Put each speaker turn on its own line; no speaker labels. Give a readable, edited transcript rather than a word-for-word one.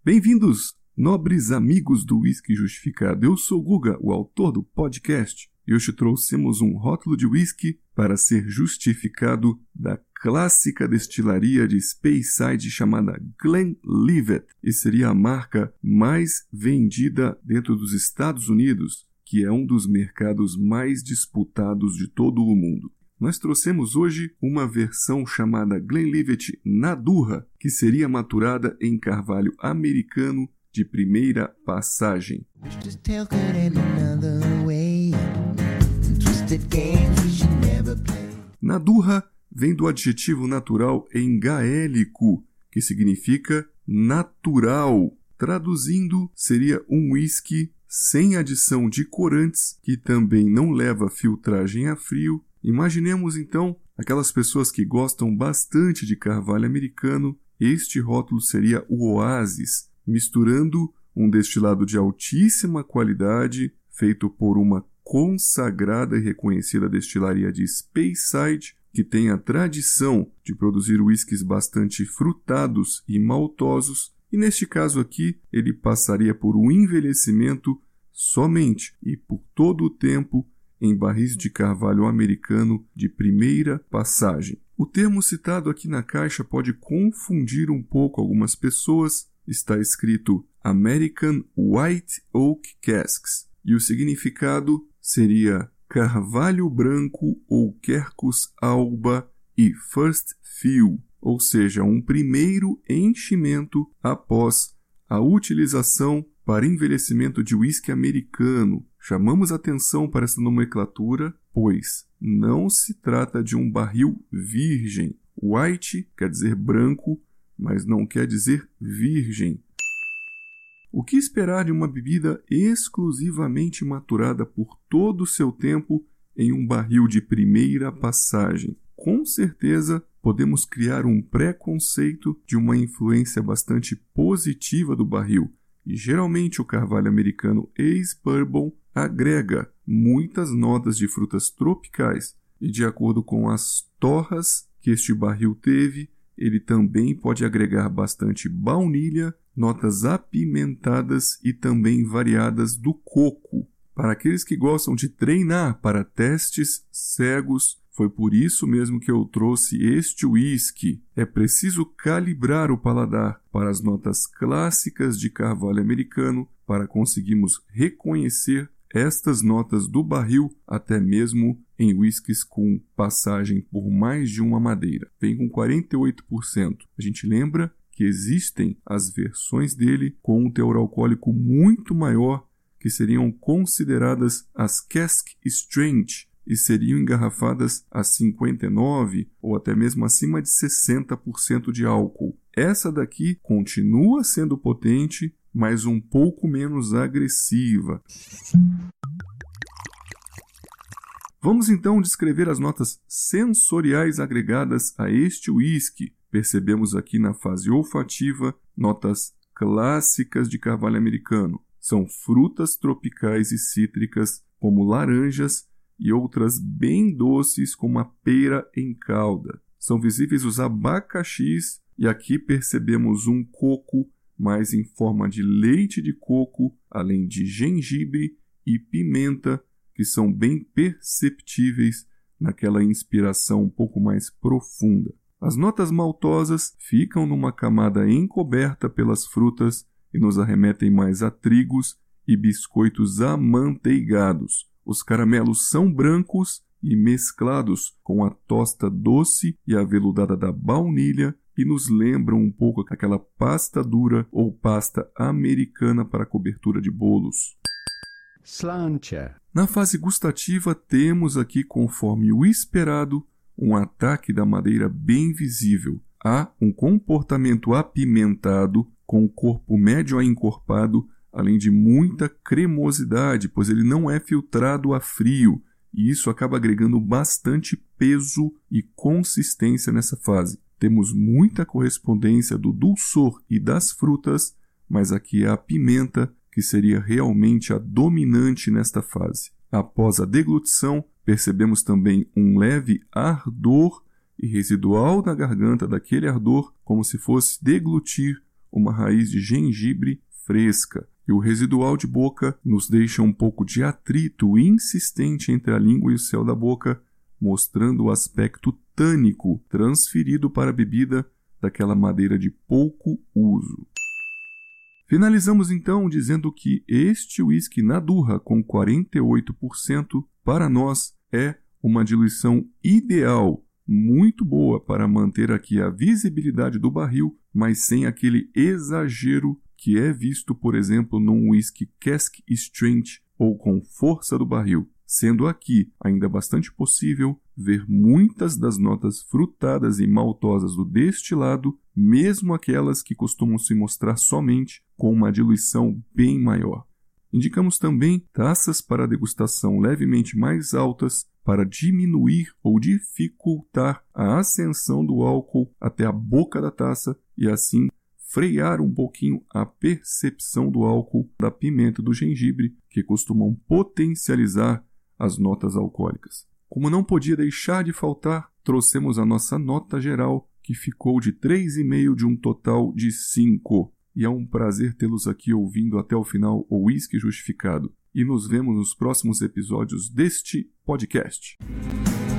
Bem-vindos, nobres amigos do Whisky Justificado. Eu sou o Guga, o autor do podcast, e hoje trouxemos um rótulo de whisky para ser justificado da clássica destilaria de Speyside chamada Glenlivet, e seria a marca mais vendida dentro dos Estados Unidos, que é um dos mercados mais disputados de todo o mundo. Nós trouxemos hoje uma versão chamada Glenlivet Nadurra, que seria maturada em carvalho americano de primeira passagem. Nadurra vem do adjetivo natural em gaélico, que significa natural. Traduzindo, seria um whisky sem adição de corantes, que também não leva filtragem a frio. Imaginemos então aquelas pessoas que gostam bastante de carvalho americano. Este rótulo seria o Oasis, misturando um destilado de altíssima qualidade, feito por uma consagrada e reconhecida destilaria de Speyside, que tem a tradição de produzir whiskies bastante frutados e maltosos, e neste caso aqui ele passaria por um envelhecimento somente e por todo o tempo em barris de carvalho americano de primeira passagem. O termo citado aqui na caixa pode confundir um pouco algumas pessoas. Está escrito American White Oak Casks, e o significado seria carvalho branco ou Quercus alba e first fill, ou seja, um primeiro enchimento após a utilização para envelhecimento de whisky americano. Chamamos atenção para essa nomenclatura, pois não se trata de um barril virgem. White quer dizer branco, mas não quer dizer virgem. O que esperar de uma bebida exclusivamente maturada por todo o seu tempo em um barril de primeira passagem? Com certeza, podemos criar um preconceito de uma influência bastante positiva do barril, e geralmente o carvalho americano ex-bourbon agrega muitas notas de frutas tropicais, e de acordo com as torras que este barril teve, ele também pode agregar bastante baunilha, notas apimentadas e também variadas do coco. Para aqueles que gostam de treinar para testes cegos, foi por isso mesmo que eu trouxe este whisky. É preciso calibrar o paladar para as notas clássicas de carvalho americano para conseguirmos reconhecer estas notas do barril, até mesmo em whiskies com passagem por mais de uma madeira. Vem com 48%. A gente lembra que existem as versões dele com um teor alcoólico muito maior, que seriam consideradas as Cask Strength, e seriam engarrafadas a 59% ou até mesmo acima de 60% de álcool. Essa daqui continua sendo potente, mas um pouco menos agressiva. Vamos então descrever as notas sensoriais agregadas a este whisky. Percebemos aqui na fase olfativa notas clássicas de carvalho americano. São frutas tropicais e cítricas, como laranjas, e outras bem doces como a pera em calda. São visíveis os abacaxis, e aqui percebemos um coco mais em forma de leite de coco, além de gengibre e pimenta, que são bem perceptíveis naquela inspiração um pouco mais profunda. As notas maltosas ficam numa camada encoberta pelas frutas e nos arremetem mais a trigos e biscoitos amanteigados. Os caramelos são brancos e mesclados com a tosta doce e aveludada da baunilha, e nos lembram um pouco aquela pasta dura ou pasta americana para cobertura de bolos.
Sláinte.
Na fase gustativa, temos aqui, conforme o esperado, um ataque da madeira bem visível. Há um comportamento apimentado, com o corpo médio a encorpado, além de muita cremosidade, pois ele não é filtrado a frio, e isso acaba agregando bastante peso e consistência nessa fase. Temos muita correspondência do dulçor e das frutas, mas aqui é a pimenta que seria realmente a dominante nesta fase. Após a deglutição, percebemos também um leve ardor e residual na garganta daquele ardor, como se fosse deglutir uma raiz de gengibre fresca. E o residual de boca nos deixa um pouco de atrito insistente entre a língua e o céu da boca, mostrando o aspecto tânico transferido para a bebida daquela madeira de pouco uso. Finalizamos então dizendo que este whisky Nadurra com 48% para nós é uma diluição ideal, muito boa para manter aqui a visibilidade do barril, mas sem aquele exagero que é visto, por exemplo, num whisky Cask Strength ou com força do barril, sendo aqui ainda bastante possível ver muitas das notas frutadas e maltosas do destilado, mesmo aquelas que costumam se mostrar somente com uma diluição bem maior. Indicamos também taças para degustação levemente mais altas para diminuir ou dificultar a ascensão do álcool até a boca da taça e assim frear um pouquinho a percepção do álcool da pimenta e do gengibre, que costumam potencializar as notas alcoólicas. Como não podia deixar de faltar, trouxemos a nossa nota geral, que ficou de 3,5 de um total de 5. E é um prazer tê-los aqui ouvindo até o final o Whisky Justificado. E nos vemos nos próximos episódios deste podcast.